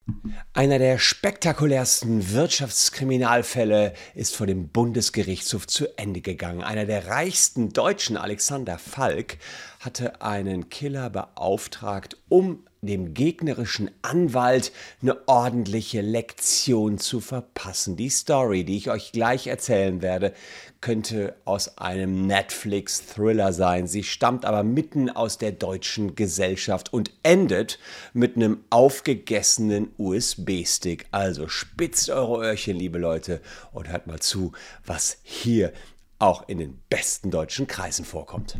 Einer der spektakulärsten Wirtschaftskriminalfälle ist vor dem Bundesgerichtshof zu Ende gegangen. Einer der reichsten Deutschen, Alexander Falk, hatte einen Killer beauftragt, um dem gegnerischen Anwalt eine ordentliche Lektion zu verpassen. Die Story, die ich euch gleich erzählen werde, könnte aus einem Netflix-Thriller sein. Sie stammt aber mitten aus der deutschen Gesellschaft und endet mit einem aufgegessenen USB-Stick. Also spitzt eure Öhrchen, liebe Leute, und hört mal zu, was hier auch in den besten deutschen Kreisen vorkommt.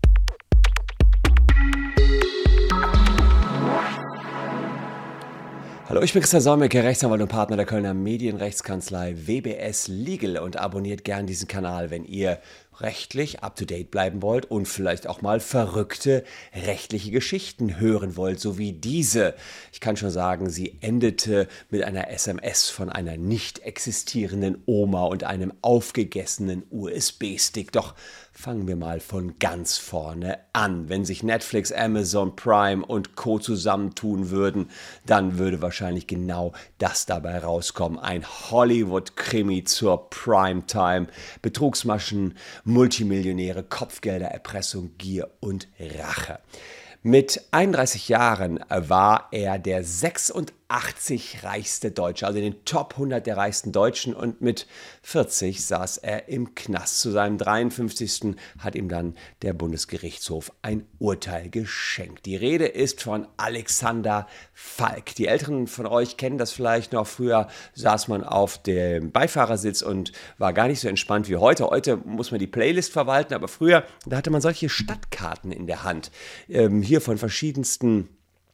Hallo, ich bin Christian Solmecke, Rechtsanwalt und Partner der Kölner Medienrechtskanzlei WBS Legal und abonniert gern diesen Kanal, wenn ihr rechtlich up-to-date bleiben wollt und vielleicht auch mal verrückte rechtliche Geschichten hören wollt, so wie diese. Ich kann schon sagen, sie endete mit einer SMS von einer nicht existierenden Oma und einem aufgegessenen USB-Stick. Doch fangen wir mal von ganz vorne an. Wenn sich Netflix, Amazon Prime und Co. zusammentun würden, dann würde wahrscheinlich genau das dabei rauskommen. Ein Hollywood-Krimi zur Primetime. Betrugsmaschen, Multimillionäre, Kopfgelder, Erpressung, Gier und Rache. Mit 31 Jahren war er der 86 reichste Deutsche, also in den Top 100 der reichsten Deutschen, und mit 40 saß er im Knast. Zu seinem 53. hat ihm dann der Bundesgerichtshof ein Urteil geschenkt. Die Rede ist von Alexander Falk. Die Älteren von euch kennen das vielleicht noch. Früher saß man auf dem Beifahrersitz und war gar nicht so entspannt wie heute. Heute muss man die Playlist verwalten, aber früher, da hatte man solche Stadtkarten in der Hand. Hier von verschiedensten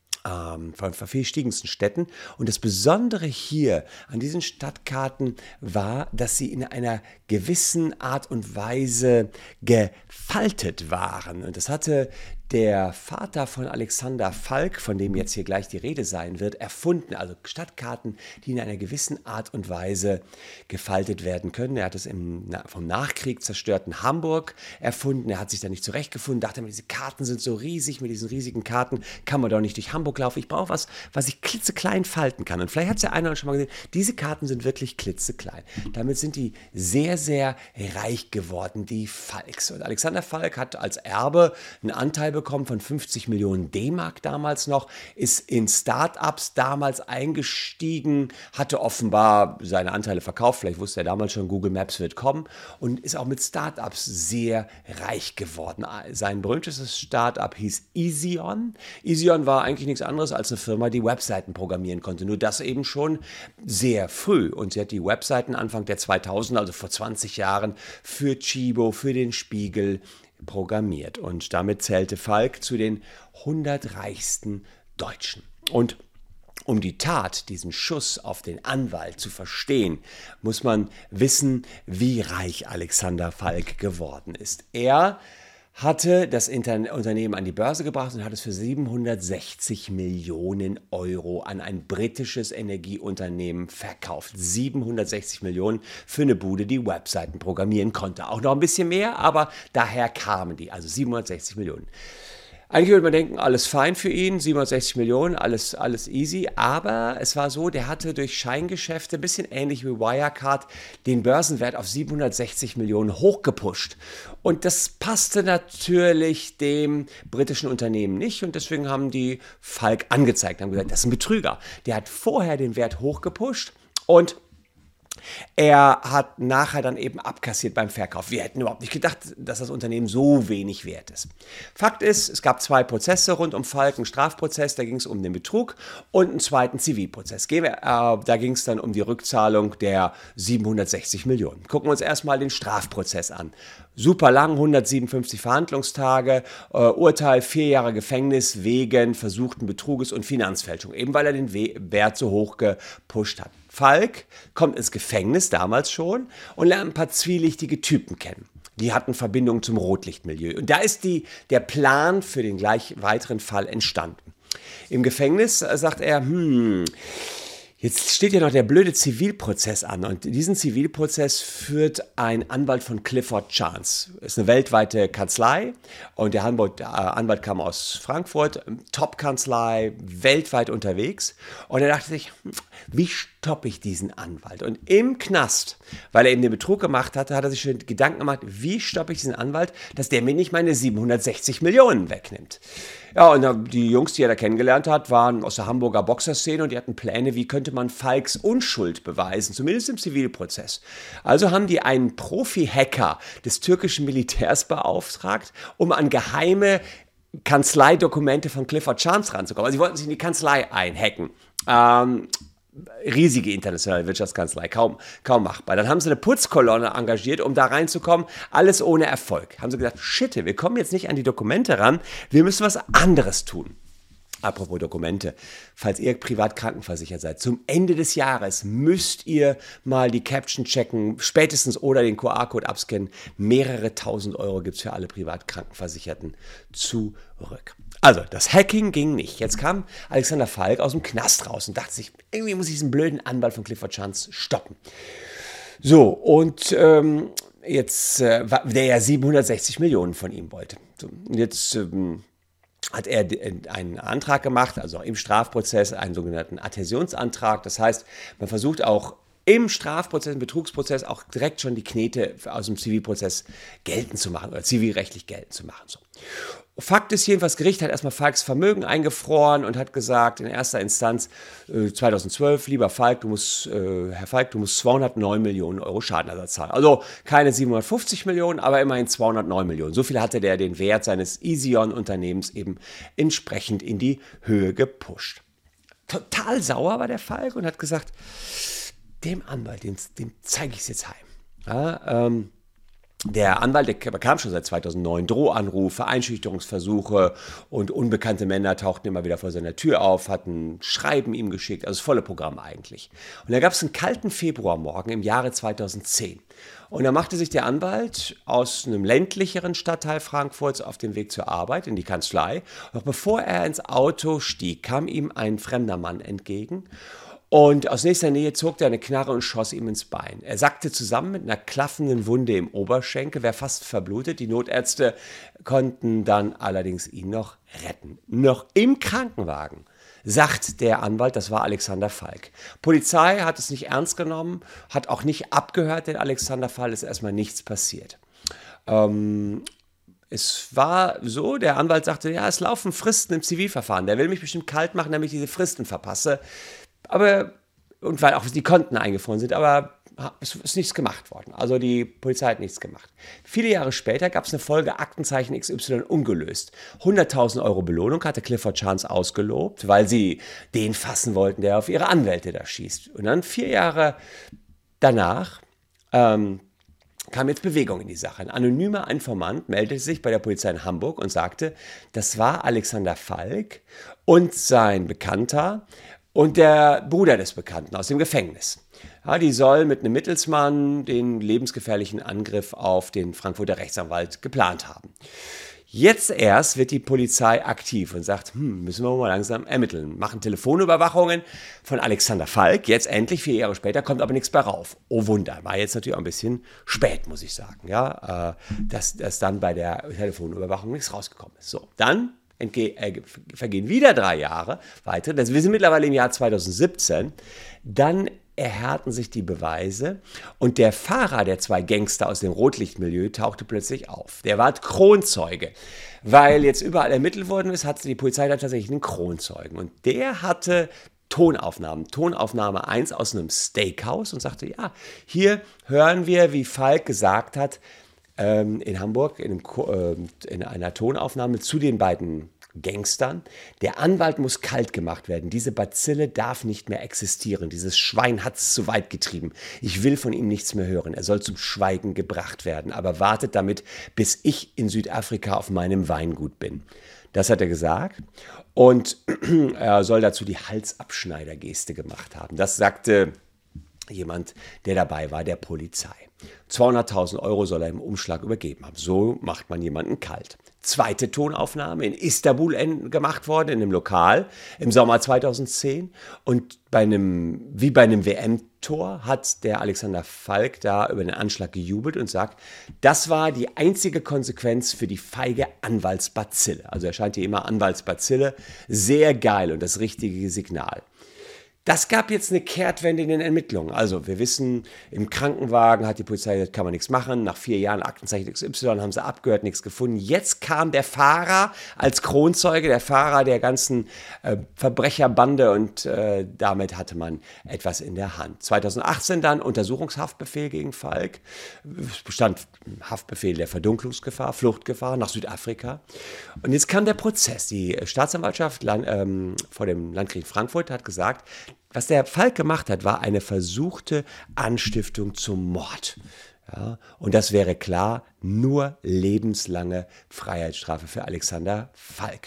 Städten. Und das Besondere hier an diesen Stadtkarten war, dass sie in einer gewissen Art und Weise gefaltet waren. Und das hatte der Vater von Alexander Falk, von dem jetzt hier gleich die Rede sein wird, erfunden. Also Stadtkarten, die in einer gewissen Art und Weise gefaltet werden können. Er hat es vom Nachkrieg zerstörten Hamburg erfunden. Er hat sich da nicht zurechtgefunden, dachte mir, diese Karten sind so riesig, mit diesen riesigen Karten kann man doch nicht durch Hamburg laufen. Ich brauche was ich klitzeklein falten kann. Und vielleicht hat es ja einer schon mal gesehen, diese Karten sind wirklich klitzeklein. Damit sind die sehr, sehr reich geworden, die Falks. Und Alexander Falk hat als Erbe einen Anteil bekommen von 50 Millionen D-Mark damals noch, ist in Start-ups damals eingestiegen, hatte offenbar seine Anteile verkauft, vielleicht wusste er damals schon, Google Maps wird kommen, und ist auch mit Start-ups sehr reich geworden. Sein berühmtestes Start-up hieß Easion. Easion war eigentlich nichts anderes als eine Firma, die Webseiten programmieren konnte, nur das eben schon sehr früh. Und sie hat die Webseiten Anfang der 2000er, also vor 20 Jahren, für Chibo, für den Spiegel programmiert. Und damit zählte Falk zu den 100 reichsten Deutschen. Und um die Tat, diesen Schuss auf den Anwalt zu verstehen, muss man wissen, wie reich Alexander Falk geworden ist. Er hatte das Unternehmen an die Börse gebracht und hat es für 760 Millionen Euro an ein britisches Energieunternehmen verkauft. 760 Millionen für eine Bude, die Webseiten programmieren konnte. Auch noch ein bisschen mehr, aber daher kamen die, also 760 Millionen. Eigentlich würde man denken, alles fein für ihn, 760 Millionen, alles easy, aber es war so, der hatte durch Scheingeschäfte, ein bisschen ähnlich wie Wirecard, den Börsenwert auf 760 Millionen hochgepusht. Und das passte natürlich dem britischen Unternehmen nicht, und deswegen haben die Falk angezeigt, haben gesagt, das ist ein Betrüger. Der hat vorher den Wert hochgepusht und er hat nachher dann eben abkassiert beim Verkauf. Wir hätten überhaupt nicht gedacht, dass das Unternehmen so wenig wert ist. Fakt ist, es gab 2 Prozesse rund um Falk, einen Strafprozess, da ging es um den Betrug, und einen zweiten Zivilprozess. Da ging es dann um die Rückzahlung der 760 Millionen. Gucken wir uns erstmal den Strafprozess an. Super lang, 157 Verhandlungstage, Urteil 4 Jahre Gefängnis wegen versuchten Betruges und Finanzfälschung, eben weil er den Wert so hoch gepusht hat. Falk kommt ins Gefängnis, damals schon, und lernt ein paar zwielichtige Typen kennen. Die hatten Verbindungen zum Rotlichtmilieu. Und da ist der Plan für den gleich weiteren Fall entstanden. Im Gefängnis sagt er, Jetzt steht ja noch der blöde Zivilprozess an und diesen Zivilprozess führt ein Anwalt von Clifford Chance. Das ist eine weltweite Kanzlei und der Anwalt kam aus Frankfurt, Top-Kanzlei, weltweit unterwegs und er dachte sich, wie stoppe ich diesen Anwalt? Und im Knast, weil er eben den Betrug gemacht hatte, hat er sich schon Gedanken gemacht, wie stoppe ich diesen Anwalt, dass der mir nicht meine 760 Millionen wegnimmt. Ja, und die Jungs, die er da kennengelernt hat, waren aus der Hamburger Boxerszene und die hatten Pläne, wie könnte man Falks Unschuld beweisen, zumindest im Zivilprozess. Also haben die einen Profi-Hacker des türkischen Militärs beauftragt, um an geheime Kanzleidokumente von Clifford Chance ranzukommen. Also sie wollten sich in die Kanzlei einhacken. Riesige internationale Wirtschaftskanzlei, kaum machbar. Dann haben sie eine Putzkolonne engagiert, um da reinzukommen, alles ohne Erfolg. Haben sie gesagt, shit, wir kommen jetzt nicht an die Dokumente ran, wir müssen was anderes tun. Apropos Dokumente, falls ihr privat krankenversichert seid, zum Ende des Jahres müsst ihr mal die Caption checken, spätestens oder den QR-Code abscannen. Mehrere tausend Euro gibt es für alle privat Krankenversicherten zurück. Also, das Hacking ging nicht. Jetzt kam Alexander Falk aus dem Knast raus und dachte sich, irgendwie muss ich diesen blöden Anwalt von Clifford Chance stoppen. So, und jetzt, der ja 760 Millionen von ihm wollte. So, und jetzt hat er einen Antrag gemacht, also im Strafprozess, einen sogenannten Adhäsionsantrag. Das heißt, man versucht auch im Strafprozess, im Betrugsprozess auch direkt schon die Knete aus dem Zivilprozess geltend zu machen oder zivilrechtlich geltend zu machen. So. Fakt ist jedenfalls, das Gericht hat erstmal Falks Vermögen eingefroren und hat gesagt, in erster Instanz 2012, lieber Falk, Herr Falk, du musst 209 Millionen Euro Schadenersatz zahlen. Also keine 750 Millionen, aber immerhin 209 Millionen. So viel hatte der den Wert seines Easion-Unternehmens eben entsprechend in die Höhe gepusht. Total sauer war der Falk und hat gesagt, dem Anwalt, dem zeige ich es jetzt heim. Ja, der Anwalt, der bekam schon seit 2009 Drohanrufe, Einschüchterungsversuche und unbekannte Männer tauchten immer wieder vor seiner Tür auf, hatten Schreiben ihm geschickt, also das volle Programm eigentlich. Und da gab es einen kalten Februarmorgen im Jahre 2010. Und da machte sich der Anwalt aus einem ländlicheren Stadtteil Frankfurts auf den Weg zur Arbeit in die Kanzlei. Noch bevor er ins Auto stieg, kam ihm ein fremder Mann entgegen. Und aus nächster Nähe zog er eine Knarre und schoss ihm ins Bein. Er sackte zusammen mit einer klaffenden Wunde im Oberschenkel, wäre fast verblutet. Die Notärzte konnten dann allerdings ihn noch retten. Noch im Krankenwagen, sagt der Anwalt, das war Alexander Falk. Polizei hat es nicht ernst genommen, hat auch nicht abgehört, den Alexander Fall ist erstmal nichts passiert. Es war so, der Anwalt sagte, ja, es laufen Fristen im Zivilverfahren. Der will mich bestimmt kalt machen, damit ich diese Fristen verpasse. Aber, und weil auch die Konten eingefroren sind, aber es ist nichts gemacht worden. Also die Polizei hat nichts gemacht. Viele Jahre später gab es eine Folge Aktenzeichen XY ungelöst. 100.000 Euro Belohnung hatte Clifford Chance ausgelobt, weil sie den fassen wollten, der auf ihre Anwälte da schießt. Und dann 4 Jahre danach kam jetzt Bewegung in die Sache. Ein anonymer Informant meldete sich bei der Polizei in Hamburg und sagte, das war Alexander Falk und sein Bekannter und der Bruder des Bekannten aus dem Gefängnis. Ja, die sollen mit einem Mittelsmann den lebensgefährlichen Angriff auf den Frankfurter Rechtsanwalt geplant haben. Jetzt erst wird die Polizei aktiv und sagt, müssen wir mal langsam ermitteln. Machen Telefonüberwachungen von Alexander Falk. Jetzt endlich, 4 Jahre später, kommt aber nichts mehr rauf. Oh Wunder, war jetzt natürlich auch ein bisschen spät, muss ich sagen, ja, dass dann bei der Telefonüberwachung nichts rausgekommen ist. So, dann vergehen wieder 3 Jahre weiter. Wir sind mittlerweile im Jahr 2017. Dann erhärten sich die Beweise und der Fahrer der 2 Gangster aus dem Rotlichtmilieu tauchte plötzlich auf. Der war Kronzeuge. Weil jetzt überall ermittelt worden ist, hatte die Polizei da tatsächlich einen Kronzeugen. Und der hatte Tonauffnahme 1 aus einem Steakhouse und sagte, ja, hier hören wir, wie Falk gesagt hat, in Hamburg in einer Tonaufnahme zu den beiden Gangstern. Der Anwalt muss kalt gemacht werden. Diese Bazille darf nicht mehr existieren. Dieses Schwein hat es zu weit getrieben. Ich will von ihm nichts mehr hören. Er soll zum Schweigen gebracht werden. Aber wartet damit, bis ich in Südafrika auf meinem Weingut bin. Das hat er gesagt. Und er soll dazu die Halsabschneider-Geste gemacht haben. Das sagte jemand, der dabei war, der Polizei. 200.000 Euro soll er im Umschlag übergeben haben. So macht man jemanden kalt. zweite Tonaufnahme in Istanbul gemacht worden, in einem Lokal im Sommer 2010. Und wie bei einem WM-Tor hat der Alexander Falk da über den Anschlag gejubelt und sagt, das war die einzige Konsequenz für die feige Anwaltsbazille. Also er scheint hier immer Anwaltsbazille. Sehr geil und das richtige Signal. Das gab jetzt eine Kehrtwende in den Ermittlungen. Also wir wissen, im Krankenwagen hat die Polizei gesagt, kann man nichts machen. Nach 4 Jahren Aktenzeichen XY haben sie abgehört, nichts gefunden. Jetzt kam der Fahrer als Kronzeuge, der Fahrer der ganzen Verbrecherbande und damit hatte man etwas in der Hand. 2018 dann Untersuchungshaftbefehl gegen Falk. Es bestand Haftbefehl der Verdunklungsgefahr, Fluchtgefahr nach Südafrika. Und jetzt kam der Prozess. Die Staatsanwaltschaft vor dem Landgericht Frankfurt hat gesagt, was der Falk gemacht hat, war eine versuchte Anstiftung zum Mord. Ja, und das wäre klar nur lebenslange Freiheitsstrafe für Alexander Falk.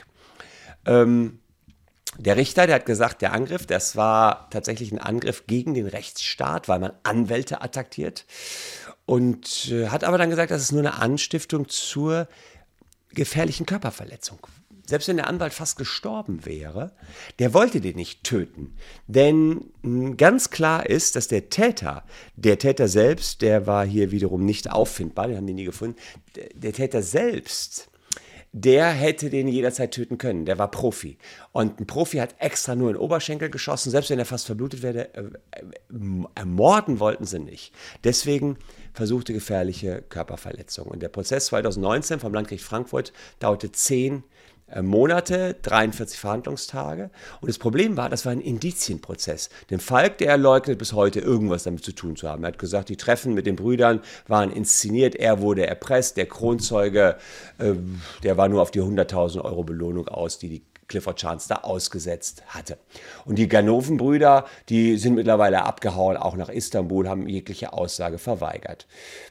Der Richter, der hat gesagt, der Angriff, das war tatsächlich ein Angriff gegen den Rechtsstaat, weil man Anwälte attackiert. Und hat aber dann gesagt, das ist nur eine Anstiftung zur gefährlichen Körperverletzung. Selbst wenn der Anwalt fast gestorben wäre, der wollte den nicht töten. Denn ganz klar ist, dass der Täter selbst, der war hier wiederum nicht auffindbar, den haben die nie gefunden, der Täter selbst, der hätte den jederzeit töten können. Der war Profi. Und ein Profi hat extra nur in den Oberschenkel geschossen, selbst wenn er fast verblutet wäre, ermorden wollten sie nicht. Deswegen versuchte gefährliche Körperverletzung. Und der Prozess 2019 vom Landgericht Frankfurt dauerte 10 Monate, 43 Verhandlungstage. Und das Problem war, das war ein Indizienprozess. Den Falk, der leugnet bis heute, irgendwas damit zu tun zu haben. Er hat gesagt, die Treffen mit den Brüdern waren inszeniert, er wurde erpresst, der Kronzeuge, der war nur auf die 100.000 Euro Belohnung aus, die Clifford Chance da ausgesetzt hatte. Und die Ganoven-Brüder, die sind mittlerweile abgehauen, auch nach Istanbul, haben jegliche Aussage verweigert.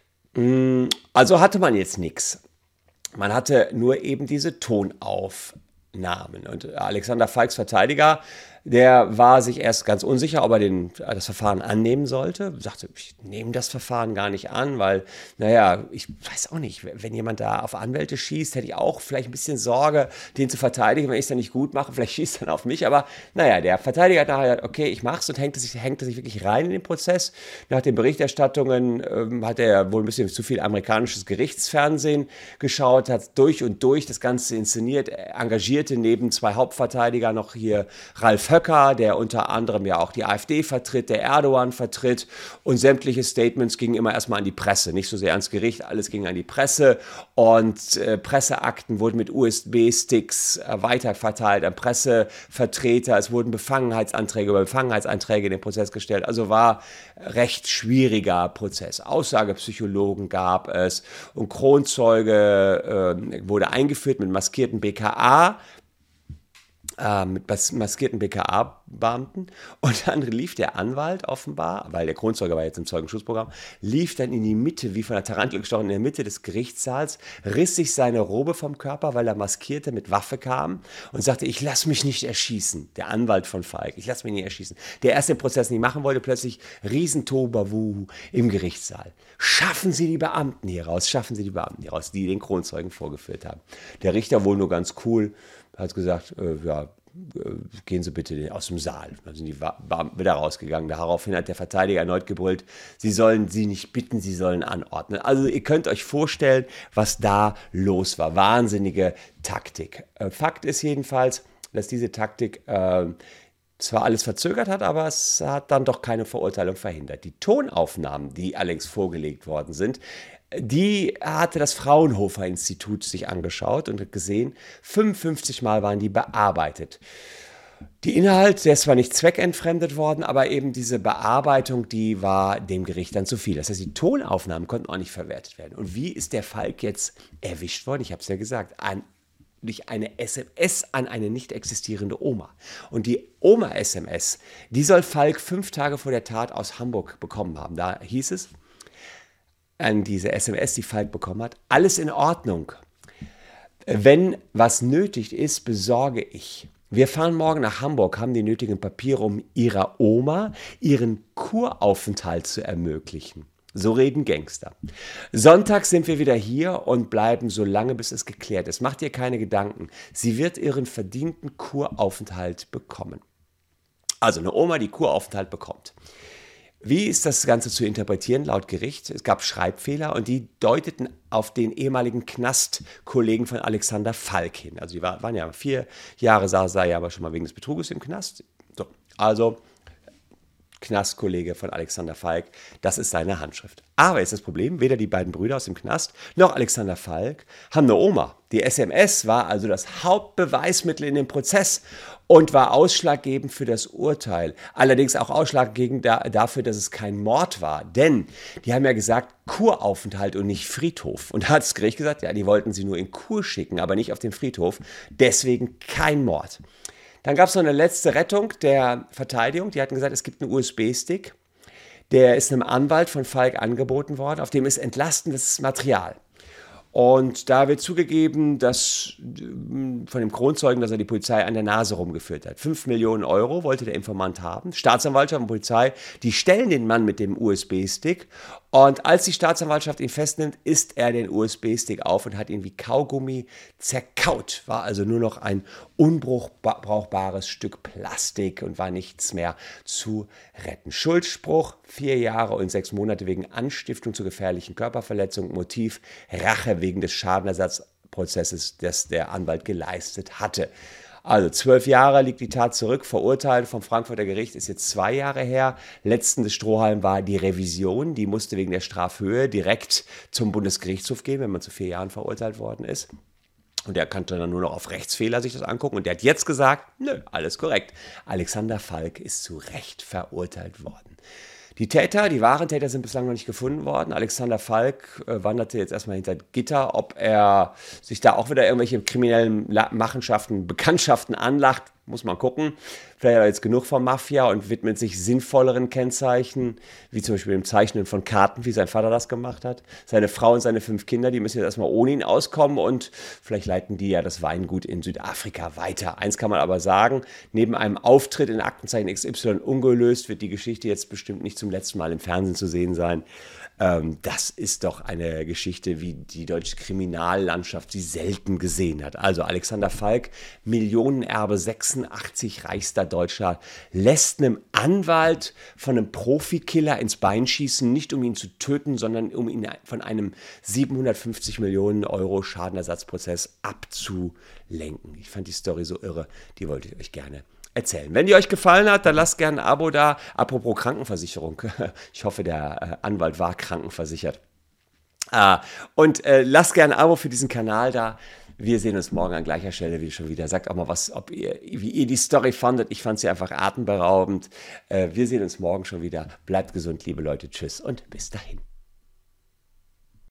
Also hatte man jetzt nichts. Man hatte nur eben diese Tonaufnahmen. Und Alexander Falks Verteidiger, der war sich erst ganz unsicher, ob er das Verfahren annehmen sollte. Er sagte, ich nehme das Verfahren gar nicht an, weil, ich weiß auch nicht, wenn jemand da auf Anwälte schießt, hätte ich auch vielleicht ein bisschen Sorge, den zu verteidigen, wenn ich es dann nicht gut mache. Vielleicht schießt er dann auf mich. Aber der Verteidiger hat nachher gesagt, okay, ich mache es und hängte sich wirklich rein in den Prozess. Nach den Berichterstattungen hat er wohl ein bisschen zu viel amerikanisches Gerichtsfernsehen geschaut, hat durch und durch das Ganze inszeniert, engagierte neben 2 Hauptverteidiger noch hier Ralf Höcker, der unter anderem ja auch die AfD vertritt, der Erdogan vertritt, und sämtliche Statements gingen immer erstmal an die Presse, nicht so sehr ans Gericht, alles ging an die Presse und Presseakten wurden mit USB-Sticks weiterverteilt an Pressevertreter, es wurden Befangenheitsanträge über Befangenheitsanträge in den Prozess gestellt, also war recht schwieriger Prozess. Aussagepsychologen gab es und Kronzeuge wurde eingeführt mit maskierten BKA-Beamten, und dann lief der Anwalt offenbar, weil der Kronzeuge war jetzt im Zeugenschutzprogramm, lief dann in die Mitte, wie von einer Tarantel gestochen, in der Mitte des Gerichtssaals, riss sich seine Robe vom Körper, weil er Maskierte mit Waffe kam und sagte, ich lasse mich nicht erschießen. Der Anwalt von Falk, ich lasse mich nicht erschießen. Der erst den Prozess nicht machen wollte, plötzlich Riesentohuwabohu im Gerichtssaal. Schaffen Sie die Beamten hier raus, die den Kronzeugen vorgeführt haben. Der Richter wohl nur ganz cool, hat gesagt, gehen Sie bitte aus dem Saal. Dann sind die Beamten wieder rausgegangen. Daraufhin hat der Verteidiger erneut gebrüllt, Sie sollen sie nicht bitten, Sie sollen anordnen. Also ihr könnt euch vorstellen, was da los war. Wahnsinnige Taktik. Fakt ist jedenfalls, dass diese Taktik zwar alles verzögert hat, aber es hat dann doch keine Verurteilung verhindert. Die Tonaufnahmen, die allerdings vorgelegt worden sind, die hatte das Fraunhofer-Institut sich angeschaut und hat gesehen, 55 Mal waren die bearbeitet. Die Inhalt, der ist zwar nicht zweckentfremdet worden, aber eben diese Bearbeitung, die war dem Gericht dann zu viel. Das heißt, die Tonaufnahmen konnten auch nicht verwertet werden. Und wie ist der Falk jetzt erwischt worden? Ich habe es ja gesagt, durch eine SMS an eine nicht existierende Oma. Und die Oma-SMS, die soll Falk 5 Tage vor der Tat aus Hamburg bekommen haben. Da hieß es, an diese SMS, die Falk bekommen hat, alles in Ordnung. Wenn was nötig ist, besorge ich. Wir fahren morgen nach Hamburg, haben die nötigen Papiere, um ihrer Oma ihren Kuraufenthalt zu ermöglichen. So reden Gangster. Sonntag sind wir wieder hier und bleiben so lange, bis es geklärt ist. Macht ihr keine Gedanken. Sie wird ihren verdienten Kuraufenthalt bekommen. Also eine Oma, die Kuraufenthalt bekommt. Wie ist das Ganze zu interpretieren laut Gericht? Es gab Schreibfehler und die deuteten auf den ehemaligen Knastkollegen von Alexander Falk hin. Also die waren ja 4 Jahre, saß er ja aber schon mal wegen des Betruges im Knast. So, also Knastkollege von Alexander Falk, das ist seine Handschrift. Aber ist das Problem, weder die beiden Brüder aus dem Knast noch Alexander Falk haben eine Oma. Die SMS war also das Hauptbeweismittel in dem Prozess und war ausschlaggebend für das Urteil. Allerdings auch ausschlaggebend dafür, dass es kein Mord war. Denn die haben ja gesagt, Kuraufenthalt und nicht Friedhof. Und da hat das Gericht gesagt, ja, die wollten sie nur in Kur schicken, aber nicht auf den Friedhof. Deswegen kein Mord. Dann gab es noch eine letzte Rettung der Verteidigung. Die hatten gesagt, es gibt einen USB-Stick. Der ist einem Anwalt von Falk angeboten worden. Auf dem ist entlastendes Material. Und da wird zugegeben, dass von dem Kronzeugen, dass er die Polizei an der Nase rumgeführt hat. 5 Millionen Euro wollte der Informant haben. Staatsanwaltschaft und Polizei, die stellen den Mann mit dem USB-Stick. Und als die Staatsanwaltschaft ihn festnimmt, isst er den USB-Stick auf und hat ihn wie Kaugummi zerkaut. War also nur noch ein unbrauchbares Stück Plastik und war nichts mehr zu retten. Schuldspruch, 4 Jahre und 6 Monate wegen Anstiftung zur gefährlichen Körperverletzung. Motiv, Rache wegen des Schadenersatzprozesses, das der Anwalt geleistet hatte. Also 12 Jahre liegt die Tat zurück, verurteilt vom Frankfurter Gericht, ist jetzt 2 Jahre her. Letzten des Strohhalm war die Revision, die musste wegen der Strafhöhe direkt zum Bundesgerichtshof gehen, wenn man zu 4 Jahren verurteilt worden ist. Und er konnte dann nur noch auf Rechtsfehler sich das angucken. Und der hat jetzt gesagt, nö, alles korrekt. Alexander Falk ist zu Recht verurteilt worden. Die Täter, die wahren Täter sind bislang noch nicht gefunden worden. Alexander Falk wanderte jetzt erstmal hinter Gitter. Ob er sich da auch wieder irgendwelche kriminellen Machenschaften, Bekanntschaften anlacht, muss man gucken. Vielleicht hat er jetzt genug von Mafia und widmet sich sinnvolleren Kennzeichen, wie zum Beispiel dem Zeichnen von Karten, wie sein Vater das gemacht hat. Seine Frau und seine 5 Kinder, die müssen jetzt erstmal ohne ihn auskommen und vielleicht leiten die ja das Weingut in Südafrika weiter. Eins kann man aber sagen, neben einem Auftritt in Aktenzeichen XY ungelöst wird die Geschichte jetzt bestimmt nicht zum letzten Mal im Fernsehen zu sehen sein. Das ist doch eine Geschichte, wie die deutsche Kriminallandschaft sie selten gesehen hat. Also Alexander Falk, Millionenerbe, 86 reichster Deutscher, lässt einem Anwalt von einem Profikiller ins Bein schießen, nicht um ihn zu töten, sondern um ihn von einem 750 Millionen Euro Schadenersatzprozess abzulenken. Ich fand die Story so irre, die wollte ich euch gerne erzählen. Wenn die euch gefallen hat, dann lasst gerne ein Abo da. Apropos Krankenversicherung. Ich hoffe, der Anwalt war krankenversichert. Und lasst gerne ein Abo für diesen Kanal da. Wir sehen uns morgen an gleicher Stelle wie schon wieder. Sagt auch mal was, wie ihr die Story fandet. Ich fand sie einfach atemberaubend. Wir sehen uns morgen schon wieder. Bleibt gesund, liebe Leute. Tschüss und bis dahin.